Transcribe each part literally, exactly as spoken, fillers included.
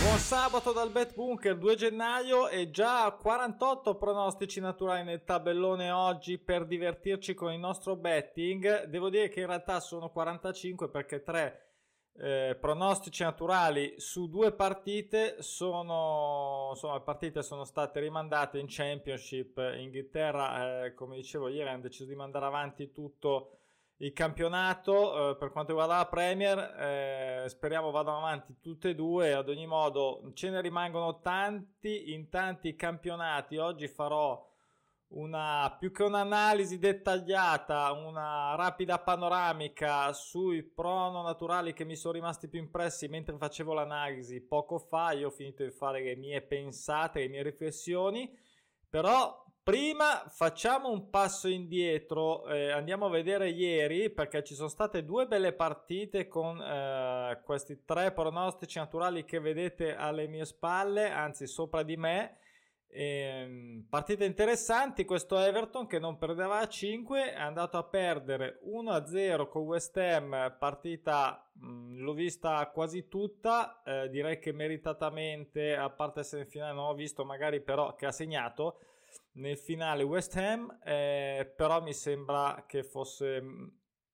Buon sabato dal Bet Bunker, due gennaio e già quarantotto pronostici naturali nel tabellone oggi per divertirci con il nostro betting. Devo dire che in realtà sono quarantacinque perché tre eh, pronostici naturali su due partite sono, insomma, le partite sono state rimandate in Championship. Inghilterra, eh, come dicevo ieri, hanno deciso di mandare avanti tutto il campionato. Eh, per quanto riguarda la Premier, eh, speriamo vadano avanti tutte e due. Ad ogni modo ce ne rimangono tanti in tanti campionati. Oggi farò una, più che un'analisi dettagliata, una rapida panoramica sui prono naturali che mi sono rimasti più impressi mentre facevo l'analisi poco fa. Io ho finito di fare le mie pensate, le mie riflessioni, però prima facciamo un passo indietro, eh, andiamo a vedere ieri, perché ci sono state due belle partite con eh, questi tre pronostici naturali che vedete alle mie spalle, anzi sopra di me. Ehm, partite interessanti. Questo Everton che non perdeva a cinque è andato a perdere uno a zero con West Ham, partita mh, l'ho vista quasi tutta, eh, direi che meritatamente, a parte essere in finale non ho visto magari, però che ha segnato nel finale West Ham, eh, però mi sembra che fosse mh,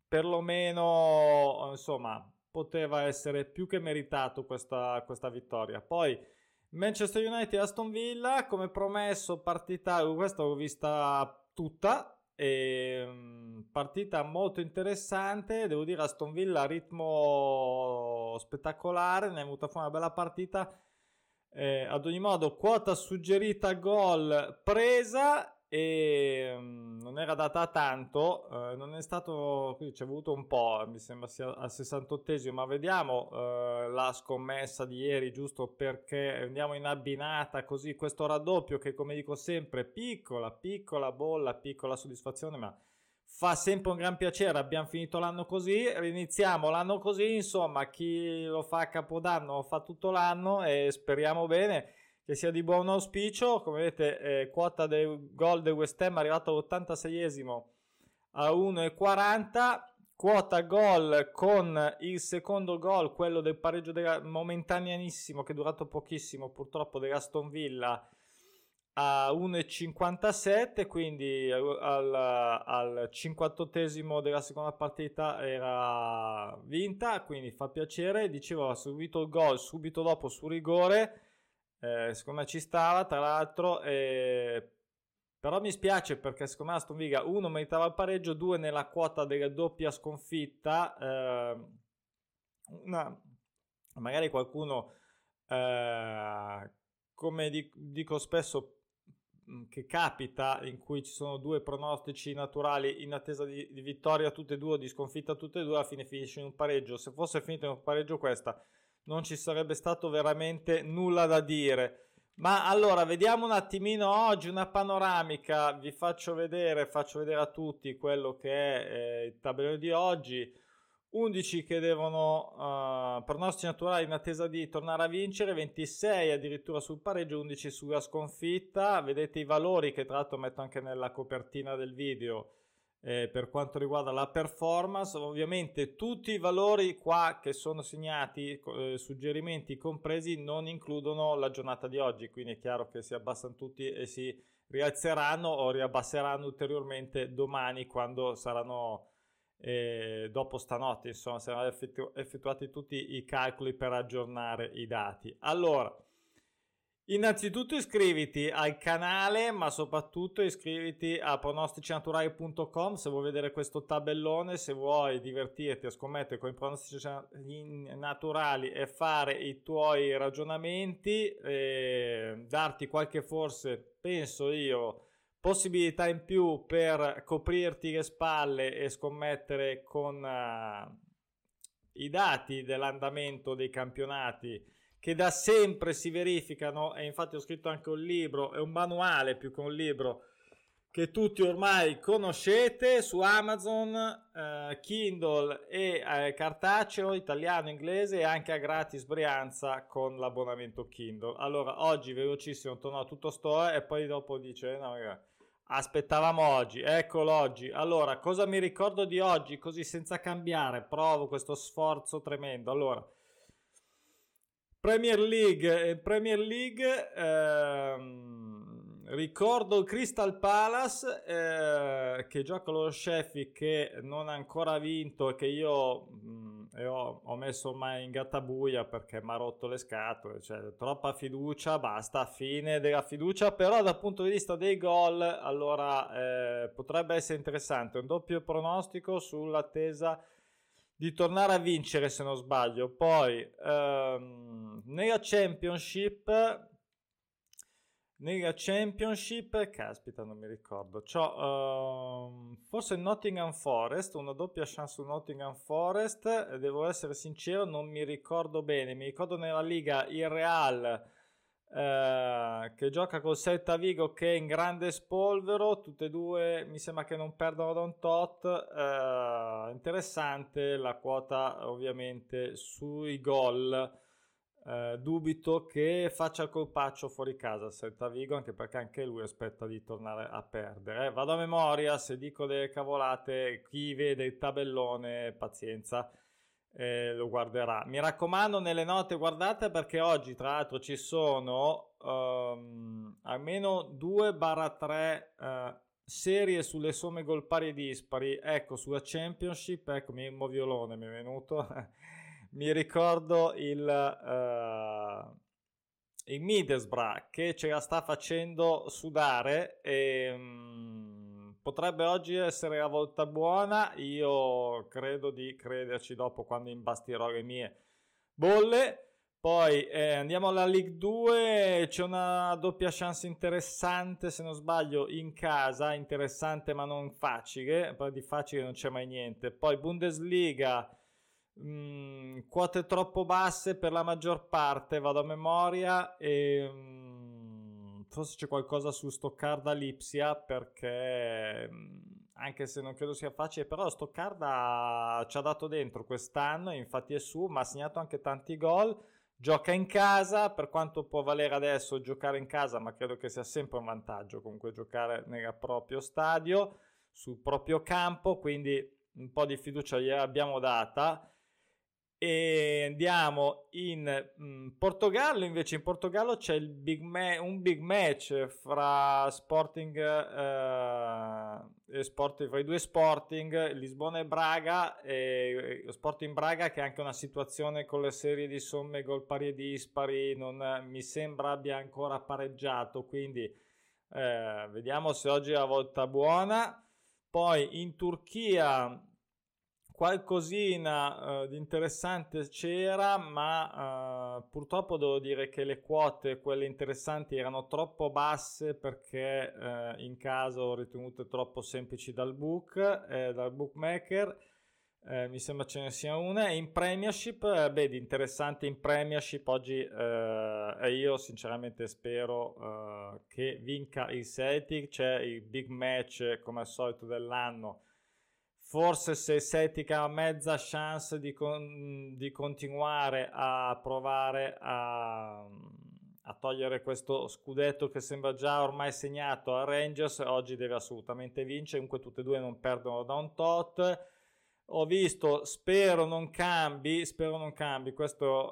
perlomeno, insomma, poteva essere più che meritato questa, questa vittoria. Poi Manchester United e Aston Villa, come promesso, partita, questa l'ho vista tutta, e, um, partita molto interessante, devo dire. Aston Villa a ritmo spettacolare, ne è venuta fuori una bella partita. Eh, ad ogni modo, quota suggerita gol presa, e um, non era data tanto, eh, non è stato, qui ci è voluto un po', mi sembra sia al sessantottesimo, ma vediamo eh, la scommessa di ieri, giusto perché andiamo in abbinata così, questo raddoppio che, come dico sempre, piccola, piccola bolla, piccola soddisfazione, ma fa sempre un gran piacere. Abbiamo finito l'anno così, riniziamo l'anno così, insomma, chi lo fa a Capodanno lo fa tutto l'anno e speriamo bene che sia di buon auspicio. Come vedete, eh, quota del gol del West Ham arrivato all'ottantaseiesimo a uno e quaranta, quota gol con il secondo gol, quello del pareggio della, momentaneanissimo, che è durato pochissimo purtroppo, dell'Aston Villa, a uno e cinquantasette, quindi al, al cinquantottesimo della seconda partita era vinta, quindi fa piacere. Dicevo, ha subito il gol subito dopo su rigore, eh, secondo me ci stava, tra l'altro, eh, però mi spiace perché secondo me Aston Villa, uno, meritava il pareggio, due, nella quota della doppia sconfitta, eh, una, magari qualcuno, eh, come dico spesso, che capita, in cui ci sono due pronostici naturali in attesa di, di vittoria tutte e due, di sconfitta tutte e due, alla fine finisce in un pareggio. Se fosse finito in un pareggio questa, non ci sarebbe stato veramente nulla da dire. Ma allora vediamo un attimino oggi una panoramica, vi faccio vedere, faccio vedere a tutti quello che è eh, il tabellone di oggi. undici che devono uh, pronostici naturali in attesa di tornare a vincere, ventisei addirittura sul pareggio, undici sulla sconfitta. Vedete i valori che tra l'altro metto anche nella copertina del video, eh, per quanto riguarda la performance. Ovviamente tutti i valori qua che sono segnati, eh, suggerimenti compresi, non includono la giornata di oggi, quindi è chiaro che si abbassano tutti e si rialzeranno o riabbasseranno ulteriormente domani, quando saranno e dopo stanotte, insomma, saranno effettu- effettuati tutti i calcoli per aggiornare i dati. Allora, innanzitutto iscriviti al canale, ma soprattutto iscriviti a pronostici naturali punto com se vuoi vedere questo tabellone, se vuoi divertirti a scommettere con i pronostici naturali e fare i tuoi ragionamenti, e darti qualche, forse, penso io, possibilità in più per coprirti le spalle e scommettere con uh, i dati dell'andamento dei campionati, che da sempre si verificano. E infatti ho scritto anche un libro, è un manuale più che un libro, che tutti ormai conoscete, su Amazon, eh, Kindle e eh, cartaceo, italiano, inglese, e anche a gratis Brianza con l'abbonamento Kindle. Allora, oggi velocissimo torno a tutto sto, e poi dopo dice, no, ragazzi, aspettavamo oggi, eccolo oggi. Allora, cosa mi ricordo di oggi, così senza cambiare, provo questo sforzo tremendo. Allora, Premier League, eh, Premier League ehm, ricordo il Crystal Palace eh, che gioca lo Sheffield, che non ha ancora vinto e che io mh, e ho, ho messo ormai in gattabuia perché mi ha rotto le scatole, cioè troppa fiducia, basta, fine della fiducia. Però dal punto di vista dei gol, allora eh, potrebbe essere interessante, un doppio pronostico sull'attesa di tornare a vincere, se non sbaglio. Poi ehm, nella Championship nella Championship caspita, non mi ricordo, c'ho ehm, forse Nottingham Forest, una doppia chance su Nottingham Forest. Devo essere sincero, non mi ricordo bene. Mi ricordo nella Liga il Real eh, che gioca col Celta Vigo, che è in grande spolvero, tutte e due mi sembra che non perdono da un tot. Eh, interessante la quota ovviamente sui gol. Eh, dubito che faccia il colpaccio fuori casa Celta Vigo, anche perché anche lui aspetta di tornare a perdere. Eh, vado a memoria, se dico delle cavolate, chi vede il tabellone pazienza, eh, lo guarderà. Mi raccomando, nelle note guardate, perché oggi tra l'altro ci sono um, almeno due tre uh, serie sulle somme gol pari e dispari. Ecco, sulla Championship, eccomi, il moviolone mi è venuto. Mi ricordo il, uh, il Middlesbrough che ce la sta facendo sudare e um, potrebbe oggi essere la volta buona. Io credo di crederci dopo, quando imbastirò le mie bolle. Poi eh, andiamo alla League due, c'è una doppia chance interessante, se non sbaglio, in casa, interessante ma non facile, poi di facile non c'è mai niente. Poi Bundesliga, Mm, quote troppo basse per la maggior parte, vado a memoria, e mm, forse c'è qualcosa su Stoccarda Lipsia, perché mm, anche se non credo sia facile, però Stoccarda ci ha dato dentro quest'anno, infatti è su, ma ha segnato anche tanti gol, gioca in casa, per quanto può valere adesso giocare in casa, ma credo che sia sempre un vantaggio comunque giocare nel proprio stadio, sul proprio campo, quindi un po' di fiducia gliel'abbiamo data. E andiamo in mh, Portogallo. Invece in Portogallo c'è il big ma- un big match fra Sporting eh, e Sporting, fra i due Sporting, Lisbona e Braga, e Sporting Braga che ha anche una situazione con le serie di somme gol pari e dispari, non mi sembra abbia ancora pareggiato, quindi eh, vediamo se oggi è la volta buona. Poi in Turchia qualcosina uh, di interessante c'era, ma uh, purtroppo devo dire che le quote, quelle interessanti, erano troppo basse, perché uh, in caso ho ritenute troppo semplici dal book, eh, dal bookmaker. Eh, mi sembra ce ne sia una. In Premiership, eh, beh, di interessante in Premiership oggi, eh, e io sinceramente spero eh, che vinca il Celtic. C'è il big match come al solito dell'anno. Forse se il Celtic ha mezza chance di, con, di continuare a provare a, a togliere questo scudetto che sembra già ormai segnato a Rangers, oggi deve assolutamente vincere. Comunque tutte e due non perdono da un tot. Ho visto, spero non cambi, spero non cambi questo,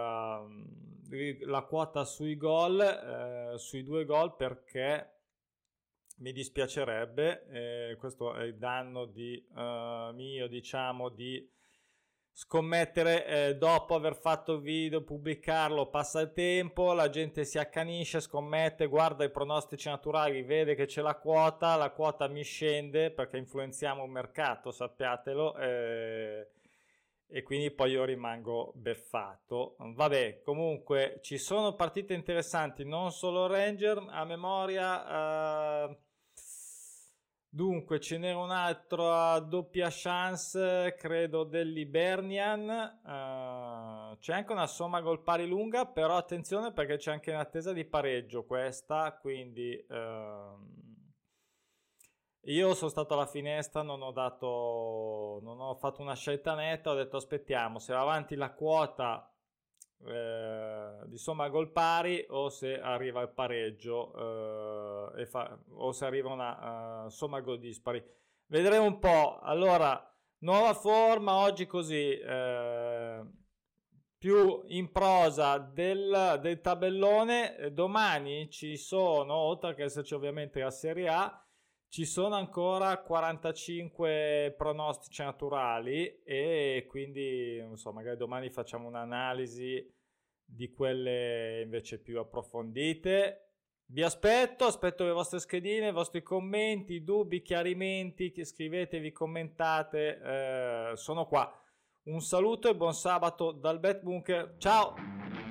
eh, la quota sui gol, eh, sui due gol, perché mi dispiacerebbe, eh, questo è il danno di, uh, mio, diciamo, di scommettere eh, dopo aver fatto il video, pubblicarlo, passa il tempo, la gente si accanisce, scommette, guarda i pronostici naturali, vede che c'è la quota, la quota mi scende perché influenziamo il mercato, sappiatelo, eh, e quindi poi io rimango beffato. Vabbè, comunque ci sono partite interessanti, non solo Ranger a memoria. Uh, Dunque, ce n'era un'altra doppia chance, credo, dell'Hibernian. Uh, c'è anche una somma gol pari lunga, però attenzione perché c'è anche in attesa di pareggio questa, quindi uh, io sono stato alla finestra, non ho dato, non ho fatto una scelta netta, ho detto aspettiamo, se va avanti la quota Eh, di somma gol pari, o se arriva il pareggio, eh, e fa, o se arriva una uh, somma gol dispari, vedremo un po'. Allora, nuova forma oggi così, eh, più in prosa del, del tabellone. Domani ci sono, oltre che esserci ovviamente la Serie A, ci sono ancora quarantacinque pronostici naturali, e quindi non so, magari domani facciamo un'analisi di quelle invece più approfondite. Vi aspetto, aspetto le vostre schedine, i vostri commenti, dubbi, chiarimenti, che scrivetevi, commentate, eh, sono qua. Un saluto e buon sabato dal Bet Bunker, ciao!